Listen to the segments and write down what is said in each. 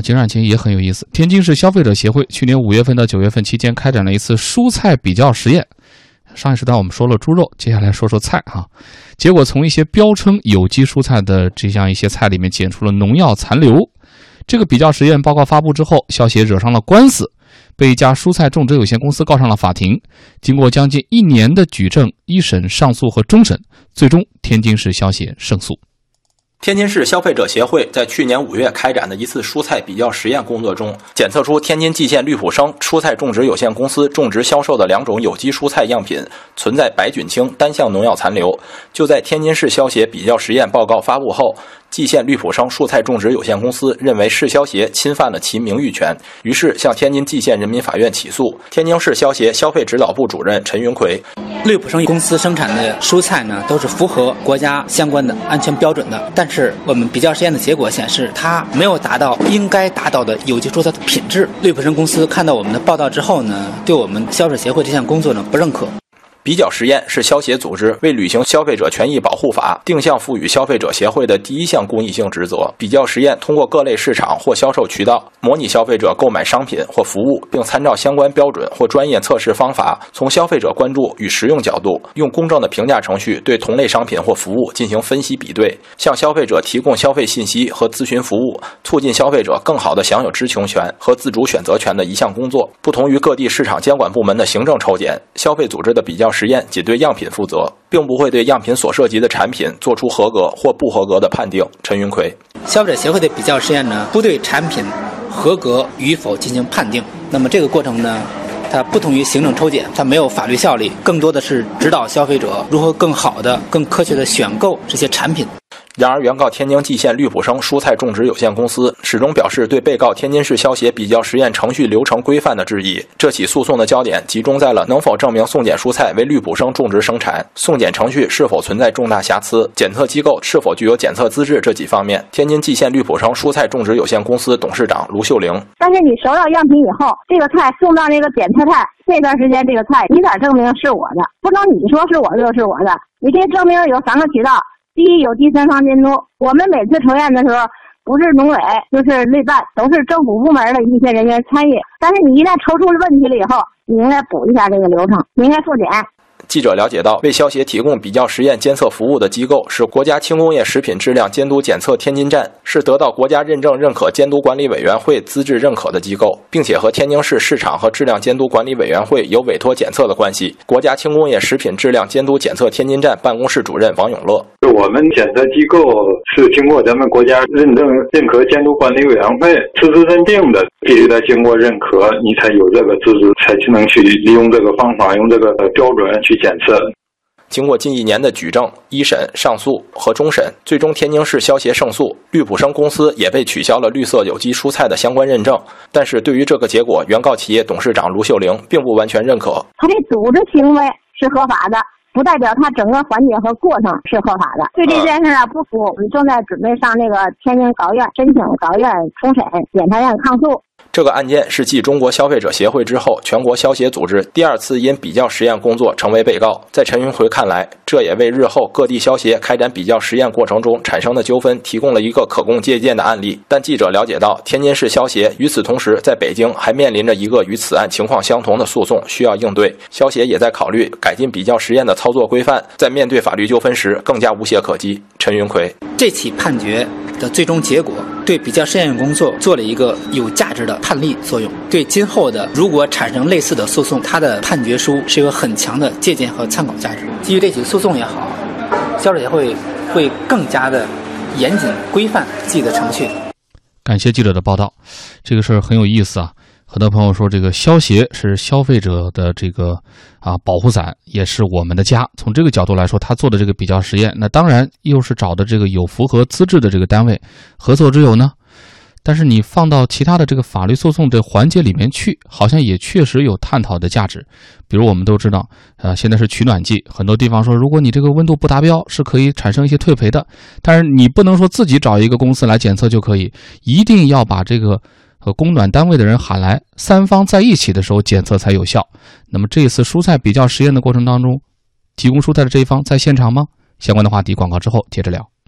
今日案情也很有意思。天津市消费者协会去年5月份到9月份期间开展了一次蔬菜比较实验。上一时段我们说了猪肉，接下来说说菜哈。结果从一些标称有机蔬菜的这样一些菜里面检出了农药残留。这个比较实验报告发布之后，消协惹上了官司，被一家蔬菜种植有限公司告上了法庭。经过将近1年的举证、一审、上诉和终审，最终天津市消协胜诉。 天津市消费者协会在去年5月开展的一次蔬菜比较实验工作中，检测出天津蓟县绿普生蔬菜种植有限公司种植销售的2种有机蔬菜样品存在白菌清单项农药残留。就在天津市消协比较实验报告发布后，蓟县绿普生蔬菜种植有限公司认为市消协侵犯了其名誉权，于是向天津蓟县人民法院起诉。天津市消协消费指导部主任陈云奎： 绿普生公司生产的蔬菜呢，都是符合国家相关的安全标准的，但是我们比较实验的结果显示，它没有达到应该达到的有机蔬菜的品质。绿普生公司看到我们的报道之后呢，对我们消费者协会这项工作呢不认可。 比较实验是消协组织为履行消费者权益保护法定向赋予消费者协会的第一项公益性职责。比较实验通过各类市场或销售渠道，模拟消费者购买商品或服务，并参照相关标准或专业测试方法，从消费者关注与实用角度，用公正的评价程序对同类商品或服务进行分析比对，向消费者提供消费信息和咨询服务，促进消费者更好地享有知情权和自主选择权的一项工作。不同于各地市场监管部门的行政抽检，消费组织的比较实验仅对样品负责，并不会对样品所涉及的产品做出合格或不合格的判定。陈云奎： 消费者协会的比较实验呢，不对产品合格与否进行判定。那么这个过程呢，它不同于行政抽检，它没有法律效力，更多的是指导消费者如何更好的、更科学的选购这些产品。 然而，原告天津蓟县绿普生蔬菜种植有限公司始终表示对被告天津市消协比较实验程序流程规范的质疑。这起诉讼的焦点集中在了能否证明送检蔬菜为绿普生种植生产、送检程序是否存在重大瑕疵、检测机构是否具有检测资质这几方面。天津蓟县绿普生蔬菜种植有限公司董事长卢秀玲： 但是你收到样品以后，这个菜送到那个检测站，那段时间这个菜你咋证明是我的？不能你说是我的就是我的，你这证明有3个渠道。第一，有第三方监督。我们每次抽验的时候，不是农委就是类办，都是政府部门的一些人员参与。但是你一旦抽出问题了以后，你应该补一下这个流程，你应该复检。 记者了解到，为消协提供比较实验监测服务的机构是国家轻工业食品质量监督检测天津站，是得到国家认证认可监督管理委员会资质认可的机构，并且和天津市市场和质量监督管理委员会有委托检测的关系。国家轻工业食品质量监督检测天津站办公室主任王永乐： 我们检测机构是经过咱们国家认证认可监督管理委员会资质认定的，必须得经过认可，你才有这个资质，才能去利用这个方法，用这个标准去检测。 经过近1年的举证、一审、上诉和终审，最终天津市消协胜诉，绿普生公司也被取消了绿色有机蔬菜的相关认证。但是对于这个结果，原告企业董事长卢秀玲并不完全认可。 他的组织行为是合法的，不代表他整个环节和过程是合法的。对这件事不服，我们正在准备上那个天津高院申请高院重审，检察院抗诉。 这个案件是继中国消费者协会之后，全国消协组织第2次因比较实验工作成为被告。在陈云奎看来，这也为日后各地消协开展比较实验过程中产生的纠纷提供了一个可供借鉴的案例。但记者了解到，天津市消协与此同时在北京还面临着一个与此案情况相同的诉讼需要应对，消协也在考虑改进比较实验的操作规范，在面对法律纠纷时更加无懈可击。陈云奎： 这起判决的最终结果对比较实验工作做了一个有价值的判例作用，对今后的如果产生类似的诉讼，它的判决书是有很强的借鉴和参考价值。基于这起诉讼也好，消费者协会会更加的严谨规范自己的程序。 感谢记者的报道，这个事儿很有意思啊。很多朋友说，这个消协是消费者的这个保护伞，也是我们的家。从这个角度来说，他做的这个比较实验，那当然又是找的这个有符合资质的这个单位，何错之有呢？但是你放到其他的这个法律诉讼的环节里面去，好像也确实有探讨的价值。比如我们都知道，现在是取暖季，很多地方说，如果你这个温度不达标，是可以产生一些退赔的。但是你不能说自己找一个公司来检测就可以，一定要把这个供暖单位的人喊来，3方在一起的时候检测才有效。那么这次蔬菜比较实验的过程当中，提供蔬菜的这一方在现场吗？相关的话题广告之后接着聊。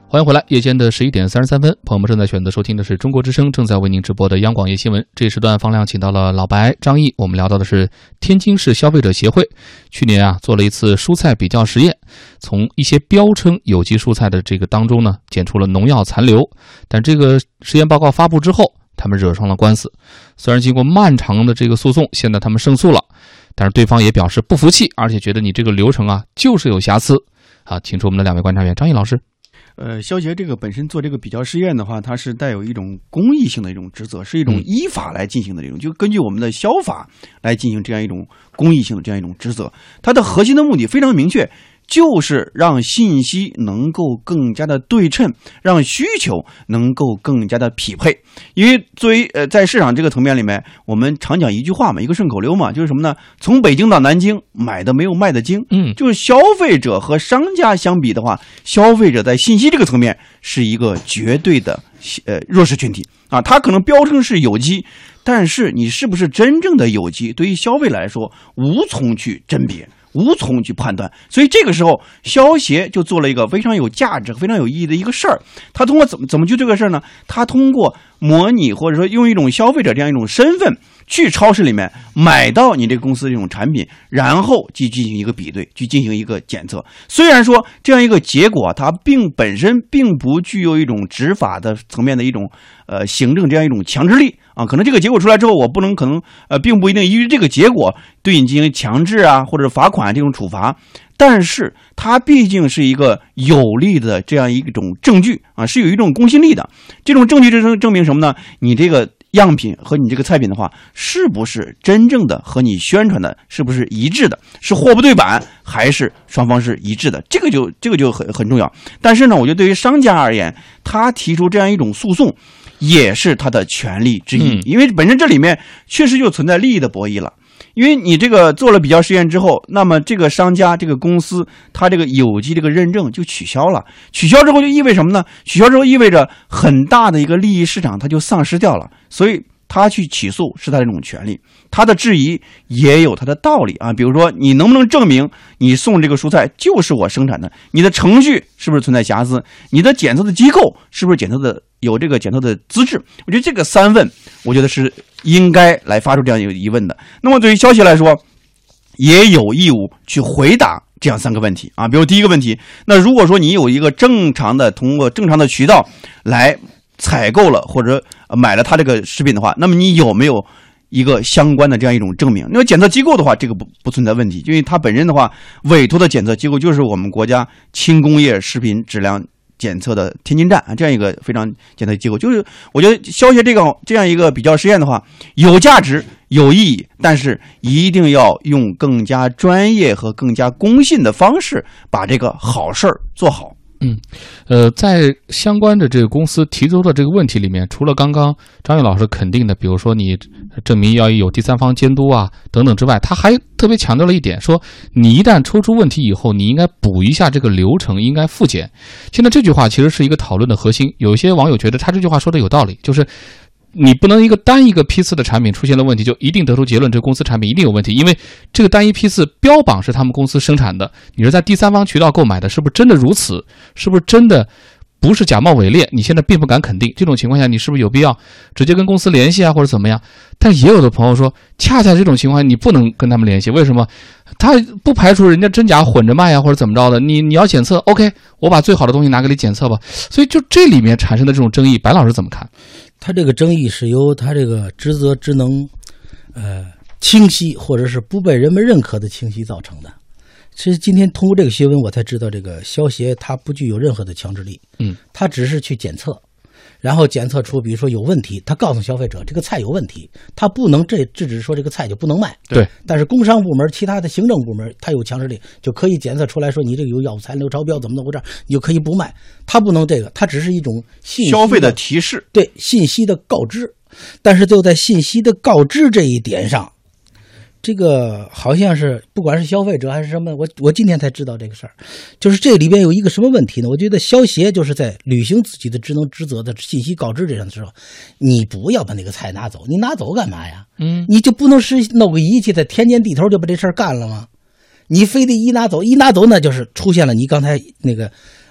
欢迎回来，夜间的11点33分，朋友们正在选择收听的是中国之声正在为您直播的央广夜新闻。这一时段方亮请到了老白、张毅，我们聊到的是天津市消费者协会去年做了一次蔬菜比较实验，从一些标称有机蔬菜的这个当中呢，检出了农药残留，但这个实验报告发布之后，他们惹上了官司。虽然经过漫长的这个诉讼，现在他们胜诉了，但是对方也表示不服气，而且觉得你这个流程就是有瑕疵。好，请出我们的两位观察员，张毅老师。 消协这个本身做这个比较试验的话，它是带有一种公益性的一种职责，是一种依法来进行的这种，就根据我们的消法来进行这样一种公益性的这样一种职责。它的核心的目的非常明确，就是让信息能够更加的对称，让需求能够更加的匹配。因为作为在市场这个层面里面，我们常讲一句话嘛，一个顺口溜嘛，就是什么呢？从北京到南京，买的没有卖的精。就是消费者和商家相比的话，消费者在信息这个层面是一个绝对的弱势群体啊。它可能标称是有机，但是你是不是真正的有机，对于消费来说无从去甄别，无从去判断。所以这个时候消协就做了一个非常有价值非常有意义的一个事儿。他通过怎么去这个事儿呢？他通过模拟或者说用一种消费者这样一种身份去超市里面买到你这个公司这种产品，然后去进行一个比对，去进行一个检测。虽然说这样一个结果它本身并不具有一种执法的层面的一种行政这样一种强制力啊，可能这个结果出来之后，我不能并不一定依据这个结果对你进行强制或者罚款这种处罚，但是它毕竟是一个有力的这样一种证据是有一种公信力的。这种证据证明什么呢？你这个样品和你这个菜品的话，是不是真正的和你宣传的是不是一致的，是货不对版还是双方是一致的，这个就很重要。但是呢，我觉得对于商家而言，他提出这样一种诉讼也是他的权利之一，因为本身这里面确实就存在利益的博弈了。因为你这个做了比较试验之后，那么这个商家这个公司它这个有机这个认证就取消了，取消之后就意味什么呢？取消之后意味着很大的一个利益市场它就丧失掉了，所以他去起诉是他这种权利，他的质疑也有他的道理比如说你能不能证明你送这个蔬菜就是我生产的，你的程序是不是存在瑕疵，你的检测的机构是不是有这个检测的资质。我觉得这个3问我觉得是应该来发出这样一个疑问的。那么对于消协来说，也有义务去回答这样3个问题比如第一个问题，那如果说你有一个通过正常的渠道来采购了或者买了他这个食品的话，那么你有没有一个相关的这样一种证明？因为检测机构的话，这个不存在问题，因为他本身的话委托的检测机构就是我们国家轻工业食品质量检测的天津站这样一个非常检测机构。就是我觉得消协这样一个比较实验的话有价值有意义，但是一定要用更加专业和更加公信的方式把这个好事儿做好。 在相关的这个公司提出的这个问题里面，除了刚刚张毅老师肯定的，比如说你证明要有第三方监督等等之外，他还特别强调了一点，说你一旦抽出问题以后，你应该补一下这个流程，应该复检。现在这句话其实是一个讨论的核心，有一些网友觉得他这句话说的有道理，就是你不能单一个批次的产品出现了问题就一定得出结论这个公司产品一定有问题，因为这个单一批次标榜是他们公司生产的，你是在第三方渠道购买的，是不是真的如此？是不是真的不是假冒伪劣？你现在并不敢肯定，这种情况下你是不是有必要直接跟公司联系或者怎么样？但也有的朋友说，恰恰这种情况你不能跟他们联系，为什么？他不排除人家真假混着卖或者怎么着的，你要检测 OK， 我把最好的东西拿给你检测吧。所以就这里面产生的这种争议，白老师怎么看？ 他这个争议是由他这个职责职能清晰或者是不被人们认可的清晰造成的。其实今天通过这个新闻我才知道，这个消协它不具有任何的强制力，它只是去检测，然后检测出比如说有问题，他告诉消费者这个菜有问题，他不能制止说这个菜就不能卖。 对， 但是工商部门其他的行政部门他有强制力，就可以检测出来说你这个有药物残留超标怎么回事，你就可以不卖。他不能这个，他只是一种信息消费的提示， 对，信息的告知。但是就在信息的告知这一点上，这个好像是不管是消费者还是什么，我今天才知道这个事儿，就是这里边有一个什么问题呢？我觉得消协就是在履行自己的职能职责的信息告知这上的时候，你不要把那个菜拿走，你拿走干嘛呀？你就不能是弄个仪器在田间地头就把这事儿干了吗？你非得一拿走，那就是出现了你刚才那个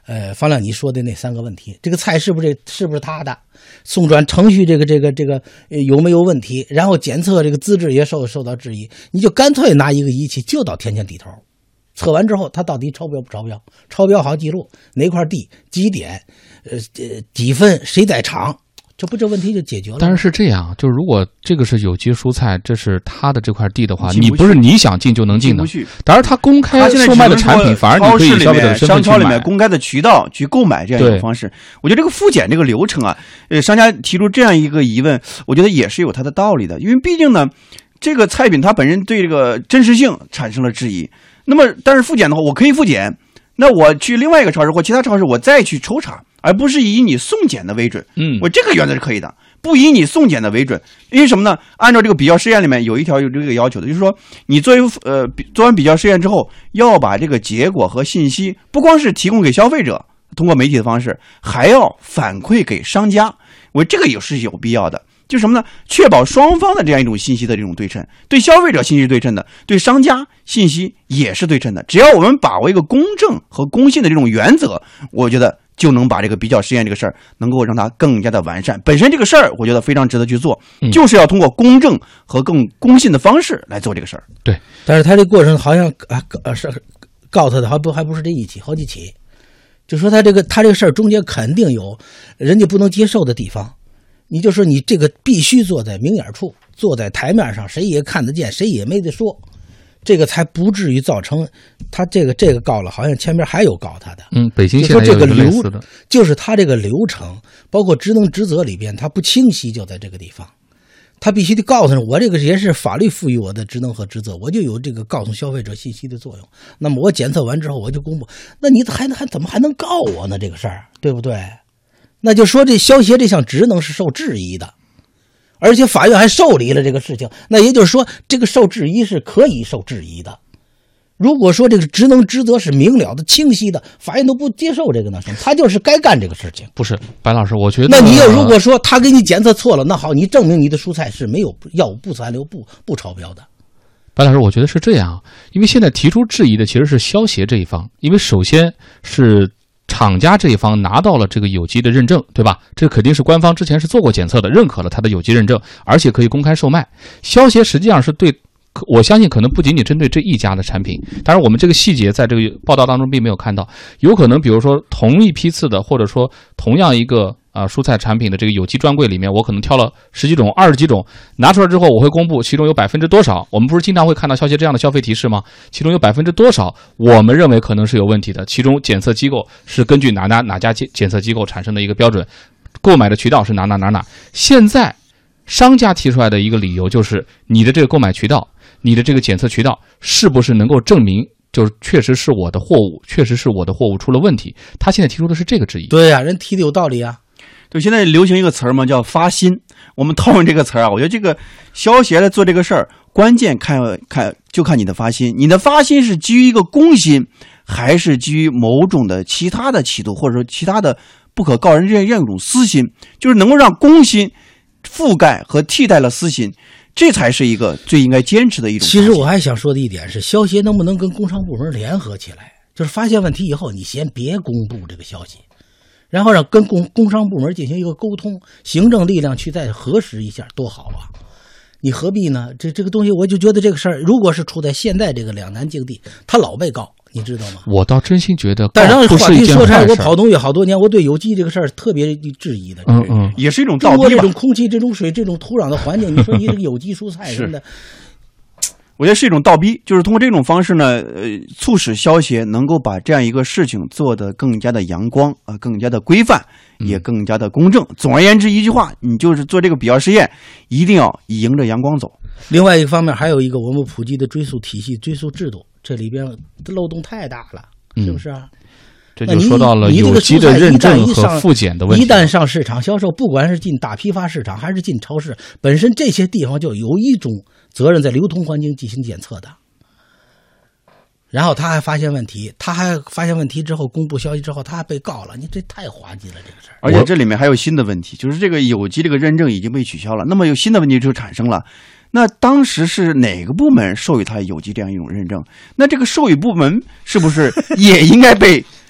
方亮你说的那3个问题，这个菜是不是他的，送转程序这个有没有问题，然后检测这个资质也受到质疑，你就干脆拿一个仪器就到田间地头，测完之后他到底超标不超标，超标好记录哪块地几点，几分谁在场，这问题就解决了。 但是这样，就是如果这个是有机蔬菜，这是他的这块地的话，你不是你想进就能进的。当然，他公开售卖的产品，反而你可以消费者的身份去买。 商超里面公开的渠道去购买这样一种方式，我觉得这个复检这个流程啊，商家提出这样一个疑问，我觉得也是有它的道理的，因为毕竟呢，这个菜品它本身对这个真实性产生了质疑。那么，但是复检的话，我可以复检。那我去另外一个超市或其他超市，我再去抽查，而不是以你送检的为准。我这个原则是可以的，不以你送检的为准。因为什么呢？按照这个比较试验里面有一条有这个要求的，就是说你做完比较试验之后，要把这个结果和信息不光是提供给消费者，通过媒体的方式，还要反馈给商家。我这个也是有必要的。就是什么呢？确保双方的这样一种信息的这种对称，对消费者信息是对称的，对商家信息也是对称的。只要我们把握一个公正和公信的这种原则，我觉得就能把这个比较试验这个事儿能够让它更加的完善。本身这个事儿我觉得非常值得去做，就是要通过公正和更公信的方式来做这个事儿。 对， 但是他这过程好像是告他的还不是这一起，好几起，就说他这个事儿中间肯定有人家不能接受的地方。你就说你这个必须坐在明眼处，坐在台面上，谁也看得见，谁也没得说，这个才不至于造成他这个告了，好像前面还有告他的。 北京现在有一个类似的， 就是他这个流程，包括职能职责里边，他不清晰，就在这个地方，他必须得告诉我这个也是法律赋予我的职能和职责，我就有这个告诉消费者信息的作用。那么我检测完之后我就公布，那你怎么还能告我呢？这个事儿对不对？那就说这消协这项职能是受质疑的，而且法院还受理了这个事情。那也就是说，这个受质疑是可以受质疑的。如果说这个职能职责是明了的、清晰的，法院都不接受这个呢，他就是该干这个事情。 不是，白老师，我觉得， 那你要如果说他给你检测错了，那好，你证明你的蔬菜是没有药物不残留、不超标的。 白老师，我觉得是这样，因为现在提出质疑的其实是消协这一方，因为首先是厂家这一方拿到了这个有机的认证，对吧？这肯定是官方之前是做过检测的，认可了它的有机认证，而且可以公开售卖。消协实际上是对，我相信可能不仅仅针对这一家的产品，当然我们这个细节在这个报道当中并没有看到，有可能比如说同一批次的，或者说同样一个蔬菜产品的这个有机专柜里面，我可能挑了10几种、20几种，拿出来之后我会公布其中有多少，我们不是经常会看到消协这样的消费提示吗？其中有多少我们认为可能是有问题的，其中检测机构是根据哪家检测机构产生的一个标准，购买的渠道是哪。现在商家提出来的一个理由就是你的这个购买渠道，你的这个检测渠道是不是能够证明就是确实是我的货物出了问题？他现在提出的是这个质疑。 对呀，人提的有道理啊。 对，现在流行一个词儿嘛，叫发心。我们套用这个词儿啊，我觉得这个消协来做这个事儿，关键看你的发心。你的发心是基于一个公心，还是基于某种的其他的企图，或者说其他的不可告人这样一种私心，就是能够让公心覆盖和替代了私心，这才是一个最应该坚持的一种。 其实我还想说的一点是，消协能不能跟工商部门联合起来，就是发现问题以后，你先别公布这个消息，然后让跟工商部门进行一个沟通，行政力量去再核实一下，多好啊！你何必呢？这个东西，我就觉得这个事儿，如果是处在现在这个两难境地，他老被告，你知道吗？ 我倒真心觉得， 但是话题说出来，我跑东西好多年，我对有机这个事儿特别质疑的。 也是一种倒逼吧。 中国这种空气、这种水、这种土壤的环境，你说你这个有机蔬菜什么的。 我觉得是一种倒逼，就是通过这种方式呢，促使消协能够把这样一个事情做得更加的阳光更加的规范，也更加的公正。总而言之，一句话，你就是做这个比较试验，一定要迎着阳光走。 另外一个方面，还有一个我们普及的追溯体系、追溯制度，这里边漏洞太大了，是不是啊？ 这就说到了有机的认证和复检的问题。 一旦上市场销售，不管是进大批发市场还是进超市，本身这些地方就有一种责任在流通环境进行检测的。然后他还发现问题之后公布消息之后，他还被告了，你这太滑稽了这个事儿。 而且这里面还有新的问题，就是这个有机这个认证已经被取消了，那么有新的问题就产生了。那当时是哪个部门授予他有机这样一种认证？那这个授予部门是不是也应该被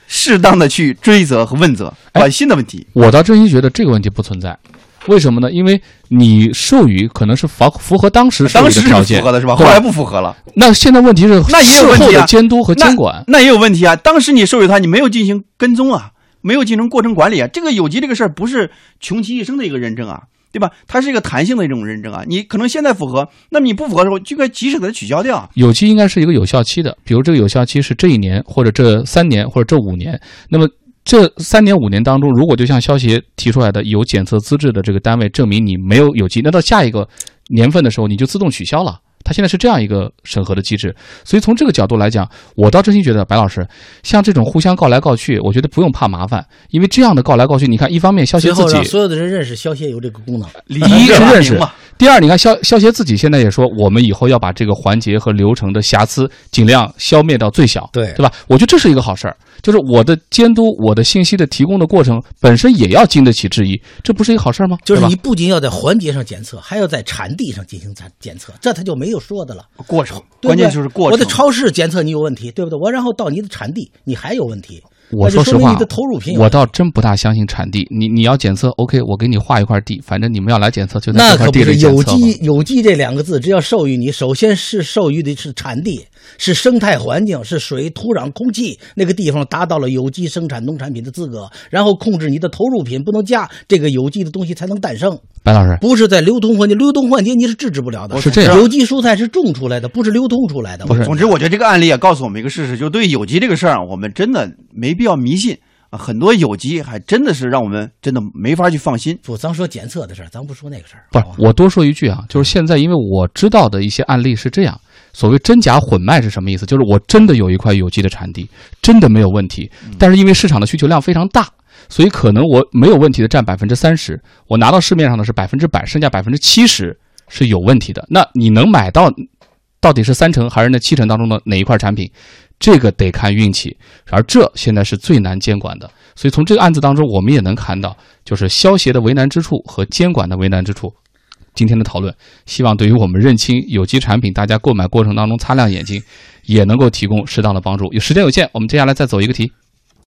适当的去追责和问责，关心的问题。 我倒真心觉得这个问题不存在。为什么呢？因为你授予可能是符合当时授予的条件， 符合的是吧？后来不符合了。 那现在问题是那也有问题事后的监督和监管， 那也有问题啊。当时你授予他，你没有进行跟踪啊，没有进行过程管理啊。这个有机这个事儿不是穷其一生的一个认证啊，对吧？它是一个弹性的一种认证啊。你可能现在符合，那么你不符合的时候，就该及时给它取消掉。 有机应该是一个有效期的，比如这个有效期是这1年，或者这3年，或者这5年。那么这3年5年当中，如果就像消协提出来的有检测资质的这个单位证明你没有有机，那到下一个年份的时候你就自动取消了。它现在是这样一个审核的机制，所以从这个角度来讲，我倒真心觉得白老师像这种互相告来告去，我觉得不用怕麻烦，因为这样的告来告去，你看一方面消协自己最后让所有的人认识消协有这个功能， 第一是认识，第二你看消协自己现在也说，我们以后要把这个环节和流程的瑕疵尽量消灭到最小，对吧？我觉得这是一个好事儿，就是我的监督、我的信息的提供的过程本身也要经得起质疑，这不是一个好事儿吗？ 就是你不仅要在环节上检测，还要在产地上进行检测，这它就没有说的了。 过程，关键就是过程。 我在超市检测你有问题，对不对？我然后到你的产地，你还有问题。 我说实话， 你的投入品我倒真不大相信产地。你要检测 ，OK， 我给你划一块地，反正你们要来检测就在这块地里检测。 有机这2个字，只要授予你，首先是授予的是产地，是生态环境，是水、土壤、空气那个地方达到了有机生产农产品的资格，然后控制你的投入品不能加这个有机的东西才能诞生。 白老师， 不是在流通环节，流通环节你是制止不了的。 是这样， 有机蔬菜是种出来的，不是流通出来的。 不是， 总之我觉得这个案例也告诉我们一个事实，就对于有机这个事儿，我们真的没必要迷信。很多有机还真的是让我们真的没法去放心。 不，咱说检测的事儿，咱不说那个事儿。 不是，我多说一句啊，就是现在因为我知道的一些案例是这样，所谓真假混卖是什么意思？就是我真的有一块有机的产地，真的没有问题，但是因为市场的需求量非常大，所以可能我没有问题的占30%，我拿到市面上的是100%，剩下70%是有问题的。那你能买到底是3成还是那7成当中的哪一块产品？这个得看运气，而这现在是最难监管的。所以从这个案子当中，我们也能看到，就是消协的为难之处和监管的为难之处。今天的讨论，希望对于我们认清有机产品，大家购买过程当中擦亮眼睛，也能够提供适当的帮助。时间有限，我们接下来再走一个题。